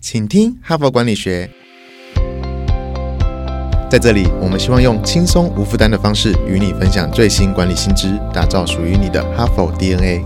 请听哈佛管理学。在这里，我们希望用轻松无负担的方式与你分享最新管理新知，打造属于你的哈佛 DNA。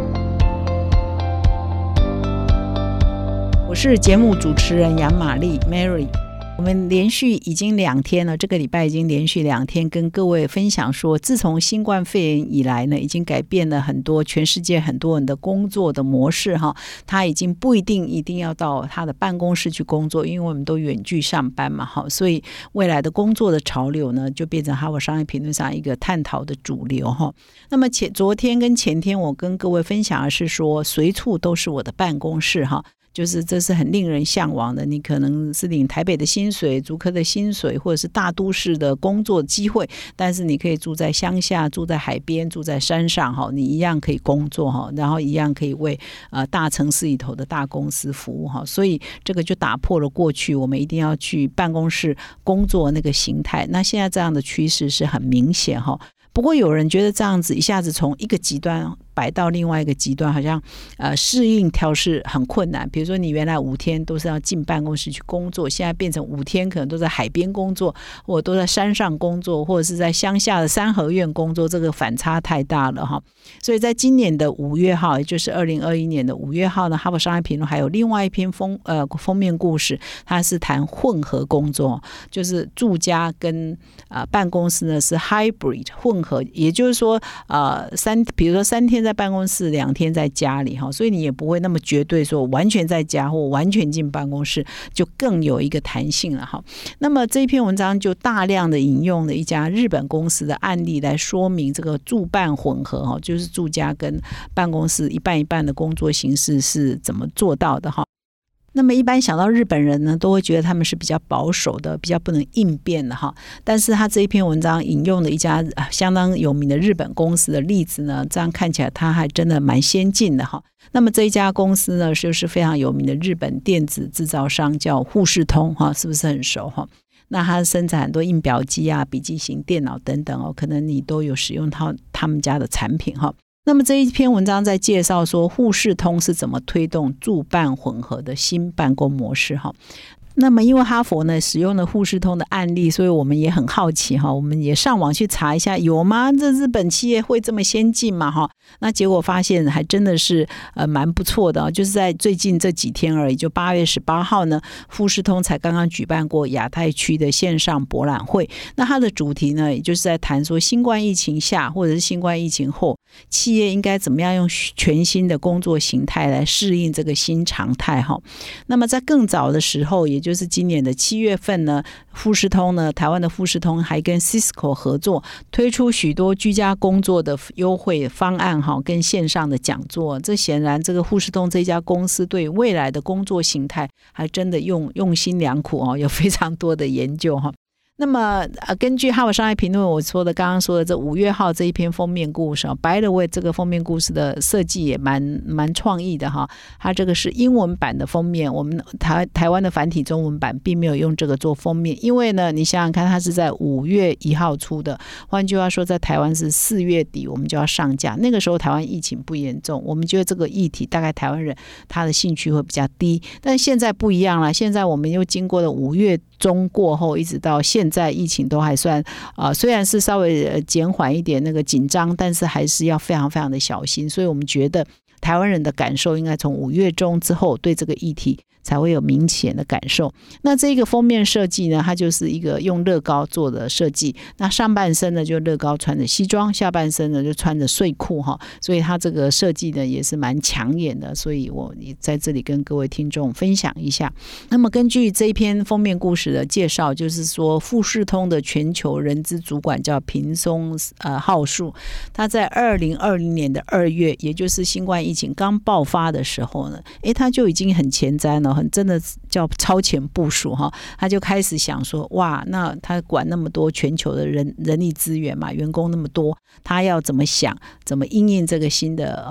我是节目主持人杨玛丽 Mary。我们连续已经2天了，这个礼拜已经连续2天跟各位分享说，自从新冠肺炎以来呢，已经改变了很多全世界很多人的工作的模式哈。他已经不一定要到他的办公室去工作，因为我们都远距上班嘛哈，所以未来的工作的潮流呢，就变成哈佛商业评论上一个探讨的主流哈。那么昨天跟前天我跟各位分享的是说，随处都是我的办公室哈。就是这是很令人向往的，你可能是领台北的薪水、竹科的薪水，或者是大都市的工作机会，但是你可以住在乡下、住在海边、住在山上，你一样可以工作，然后一样可以为大城市里头的大公司服务，所以这个就打破了过去我们一定要去办公室工作那个形态。那现在这样的趋势是很明显。不过有人觉得这样子一下子从一个极端摆到另外一个极端，好像适应调试很困难。比如说你原来5天都是要进办公室去工作，现在变成5天可能都在海边工作，或者都在山上工作，或者是在乡下的三合院工作，这个反差太大了哈。所以在今年的5月号，也就是2021年的5月号呢，哈佛商业评论还有另外一篇封面故事，它是谈混合工作，就是住家跟办公室呢是 hybrid 混合，也就是说比如说3天在办公室，2天在家里，所以你也不会那么绝对说完全在家或完全进办公室，就更有一个弹性了。那么这篇文章就大量的引用了一家日本公司的案例来说明这个住办混合，就是住家跟办公室一半一半的工作形式是怎么做到的。那么一般想到日本人呢，都会觉得他们是比较保守的，比较不能应变的哈。但是他这一篇文章引用了一家相当有名的日本公司的例子呢，这样看起来他还真的蛮先进的哈。那么这一家公司呢，就是非常有名的日本电子制造商，叫富士通哈，是不是很熟哈？那它生产很多印表机啊、笔记型电脑等等可能你都有使用到他们家的产品哈。那么这一篇文章在介绍说富士通是怎么推动住办混合的新办公模式哈。那么因为哈佛呢使用了富士通的案例，所以我们也很好奇我们也上网去查一下，有吗？这日本企业会这么先进吗？那结果发现还真的是蛮不错的就是在最近这几天而已，就8月18号呢，富士通才刚刚举办过亚太区的线上博览会。那它的主题呢，也就是在谈说新冠疫情下或者是新冠疫情后，企业应该怎么样用全新的工作形态来适应这个新常态那么在更早的时候，也就是今年的7月份呢，富士通呢，台湾的富士通还跟 Cisco 合作，推出许多居家工作的优惠方案跟线上的讲座。这显然这个富士通这家公司对未来的工作形态还真的用心良苦有非常多的研究那么根据哈佛商业评论我刚刚说的这5月号这一篇封面故事by the way，这个封面故事的设计也蛮创意的它这个是英文版的封面，我们台湾的繁体中文版并没有用这个做封面，因为呢你想想看，它是在5月1号出的，换句话说在台湾是4月底我们就要上架，那个时候台湾疫情不严重，我们觉得这个议题大概台湾人他的兴趣会比较低，但现在不一样了，现在我们又经过了5月中过后一直到现在疫情都还算虽然是稍微减缓一点那个紧张，但是还是要非常非常的小心，所以我们觉得台湾人的感受应该从5月中之后对这个议题才会有明显的感受。那这个封面设计呢，它就是一个用乐高做的设计，那上半身呢就乐高穿着西装，下半身呢就穿着睡裤所以它这个设计呢也是蛮抢眼的，所以我在这里跟各位听众分享一下。那么根据这一篇封面故事的介绍，就是说富士通的全球人资主管叫平松浩树，他在2020年的2月，也就是新冠疫情刚爆发的时候呢，他就已经很前瞻了，很真的叫超前部署他就开始想说，哇，那他管那么多全球的人力资源嘛，员工那么多，他要怎么想，怎么因应这个新的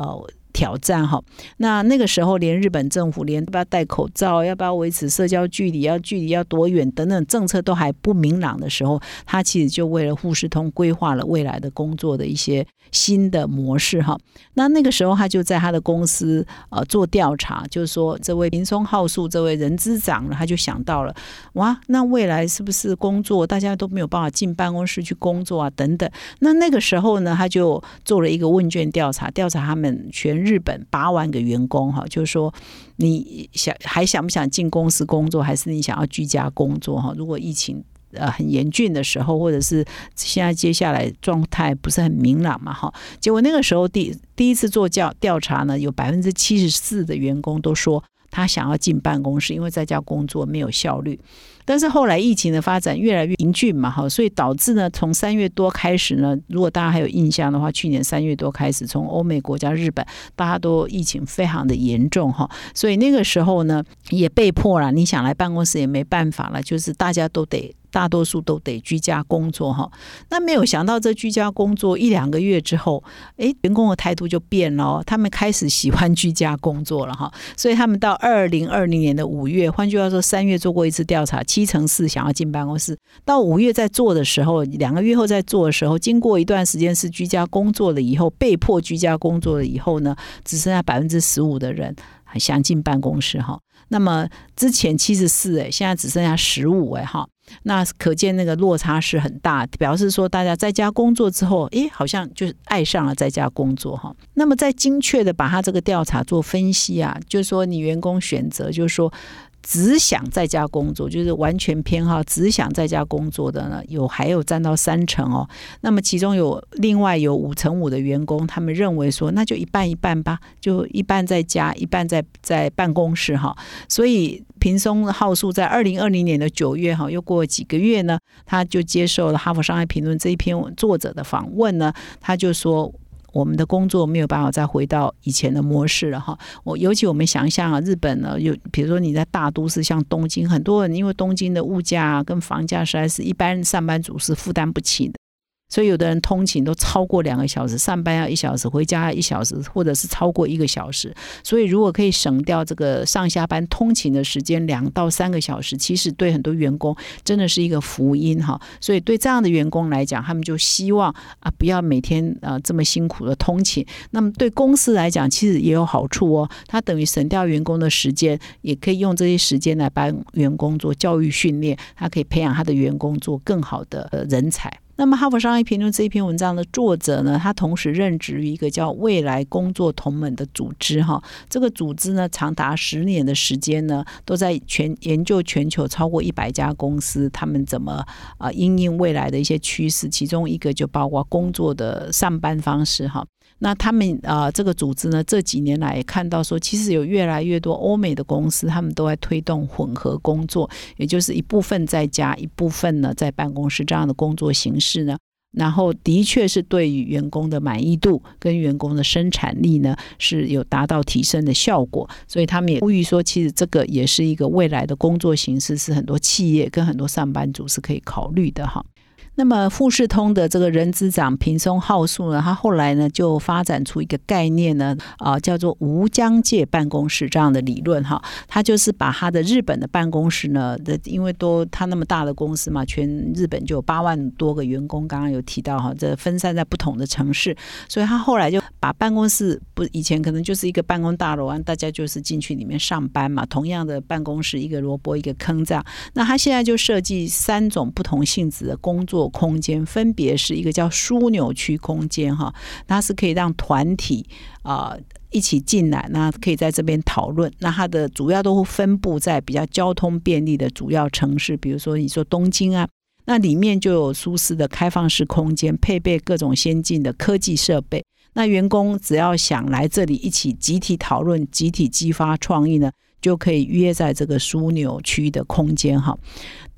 挑战哈。那个时候连日本政府连要不要戴口罩，要不要维持社交距离要多远等等政策都还不明朗的时候，他其实就为了富士通规划了未来的工作的一些新的模式哈。那个时候他就在他的公司做调查，就是说这位平松浩树这位人资长他就想到了，哇，那未来是不是工作大家都没有办法进办公室去工作啊等等。那个时候呢，他就做了一个问卷调查他们全日本8万个员工哈，就是说你还想不想进公司工作，还是你想要居家工作哈？如果疫情很严峻的时候，或者是现在接下来状态不是很明朗嘛哈，结果那个时候第一次做调查呢，有74%的员工都说他想要进办公室，因为在家工作没有效率。但是后来疫情的发展越来越严峻嘛，所以导致呢，从3月多开始呢，如果大家还有印象的话，去年3月多开始，从欧美国家日本，大家都疫情非常的严重哈，所以那个时候呢，也被迫了，你想来办公室也没办法了，就是大多数都得居家工作哈。那没有想到这居家工作1-2个月之后，员工的态度就变了，他们开始喜欢居家工作了哈。所以他们到2020年的5月，换句话说3月做过一次调查，74%想要进办公室，到5月再做的时候，2个月后再做的时候，经过一段时间是居家工作了以后，被迫居家工作了以后呢，只剩下15%的人还想进办公室哈。那么之前74%现在只剩下15%哈。那可见那个落差是很大，表示说大家在家工作之后，好像就是爱上了在家工作哈。那么再精确的把他这个调查做分析啊，就是说你员工选择，就是说只想在家工作，就是完全偏好只想在家工作的呢，还有占到30%哦。那么其中另外有5%的员工，他们认为说那就一半一半吧，就一半在家，一半在办公室哈。所以平松浩树在2020年的9月哈，又过了几个月呢，他就接受了哈佛商业评论这一篇作者的访问呢，他就说我们的工作没有办法再回到以前的模式了哈。尤其我们想象啊，日本呢，比如说你在大都市像东京，很多人因为东京的物价跟房价实在是一般上班族是负担不起的，所以有的人通勤都超过2个小时，上班要1小时，回家要1小时，或者是超过1个小时。所以如果可以省掉这个上下班通勤的时间2到3个小时，其实对很多员工真的是一个福音哈。所以对这样的员工来讲，他们就希望不要每天这么辛苦的通勤。那么对公司来讲，其实也有好处哦，它等于省掉员工的时间，也可以用这些时间来帮员工做教育训练，他可以培养他的员工做更好的人才。那么哈佛商业评论这一篇文章的作者呢，他同时任职于一个叫未来工作同盟的组织哈。这个组织呢，长达10年的时间呢，都在研究全球超过100家公司，他们怎么因应未来的一些趋势，其中一个就包括工作的上班方式哈。那他们这个组织呢，这几年来也看到说，其实有越来越多欧美的公司，他们都在推动混合工作，也就是一部分在家，一部分呢在办公室这样的工作形式呢。然后的确是对于员工的满意度跟员工的生产力呢是有达到提升的效果，所以他们也呼吁说，其实这个也是一个未来的工作形式，是很多企业跟很多上班族是可以考虑的哈。那么富士通的这个人资长平松浩树呢，他后来呢就发展出一个概念呢，叫做无疆界办公室这样的理论哈。他就是把他的日本的办公室呢，因为他那么大的公司嘛，全日本就有8万多个员工，刚刚有提到哈，这分散在不同的城市，所以他后来就把办公室以前可能就是一个办公大楼啊，大家就是进去里面上班嘛，同样的办公室一个萝卜一个坑这样。那他现在就设计3种不同性质的工作空间，分别是一个叫枢纽区空间哈，它是可以让团体一起进来，那可以在这边讨论。那它的主要都分布在比较交通便利的主要城市，比如说你说东京啊，那里面就有舒适的开放式空间，配备各种先进的科技设备。那员工只要想来这里一起集体讨论、集体激发创意呢，就可以约在这个枢纽区的空间哈。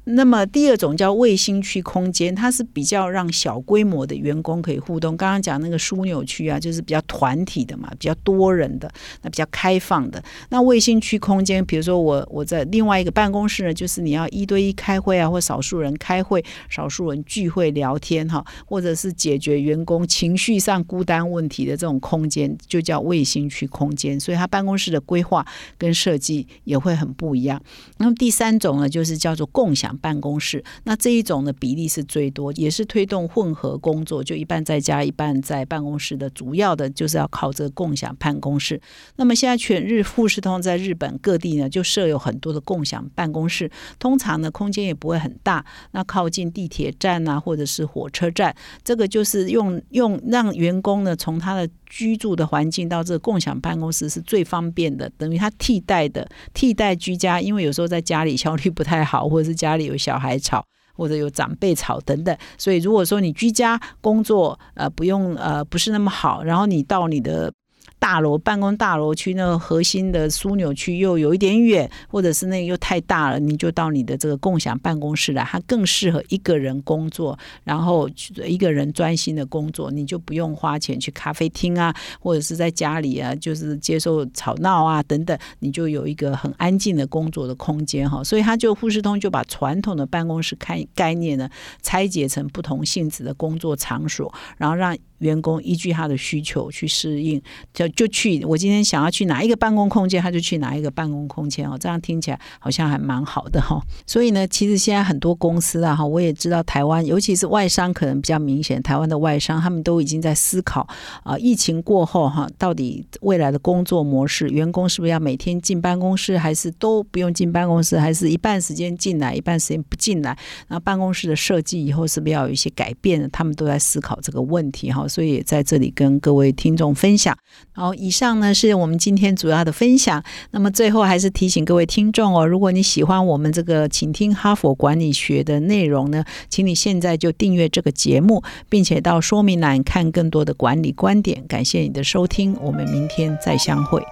那么第二种叫卫星区空间，它是比较让小规模的员工可以互动。刚刚讲那个枢纽区啊，就是比较团体的嘛，比较多人的，那比较开放的。那卫星区空间，比如说我在另外一个办公室呢，就是你要1对1开会啊，或少数人开会、少数人聚会聊天哈，或者是解决员工情绪上孤单问题的这种空间，就叫卫星区空间。所以它办公室的规划跟设计也会很不一样。那么第三种呢，就是叫做共享办公室。那这一种的比例是最多，也是推动混合工作，就一半在家一半在办公室的，主要的就是要靠这个共享办公室。那么现在全日富士通在日本各地呢就设有很多的共享办公室，通常呢空间也不会很大，那靠近地铁站啊或者是火车站，这个就是用让员工呢从他的居住的环境到这个共享办公室是最方便的，等于他替代居家，因为有时候在家里效率不太好，或者是家里有小孩吵，或者有长辈吵等等，所以如果说你居家工作不是那么好，然后你到你的办公大楼区那个核心的枢纽区又有一点远，或者是那个又太大了，你就到你的这个共享办公室来，它更适合一个人工作，然后一个人专心的工作，你就不用花钱去咖啡厅啊，或者是在家里啊，就是接受吵闹啊等等，你就有一个很安静的工作的空间哈。所以它富士通就把传统的办公室概念呢拆解成不同性质的工作场所，然后让员工依据他的需求去适应，就去我今天想要去哪一个办公空间，他就去哪一个办公空间哦，这样听起来好像还蛮好的哈。所以呢，其实现在很多公司啊，我也知道台湾，尤其是外商可能比较明显，台湾的外商他们都已经在思考疫情过后哈，到底未来的工作模式，员工是不是要每天进办公室，还是都不用进办公室，还是一半时间进来，一半时间不进来？然后办公室的设计以后是不是要有一些改变？他们都在思考这个问题哈。所以也在这里跟各位听众分享。好，以上呢是我们今天主要的分享。那么最后还是提醒各位听众哦，如果你喜欢我们这个请听哈佛管理学的内容呢，请你现在就订阅这个节目，并且到说明栏看更多的管理观点。感谢你的收听，我们明天再相会。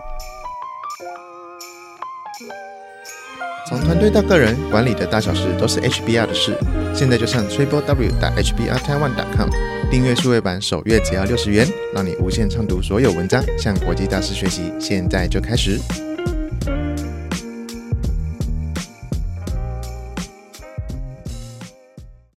从团队到个人，管理的大小事都是 HBR 的事。现在就上 www.hbrtaiwan.com 订阅数位版，首月只要60元，让你无限畅读所有文章，向国际大师学习。现在就开始。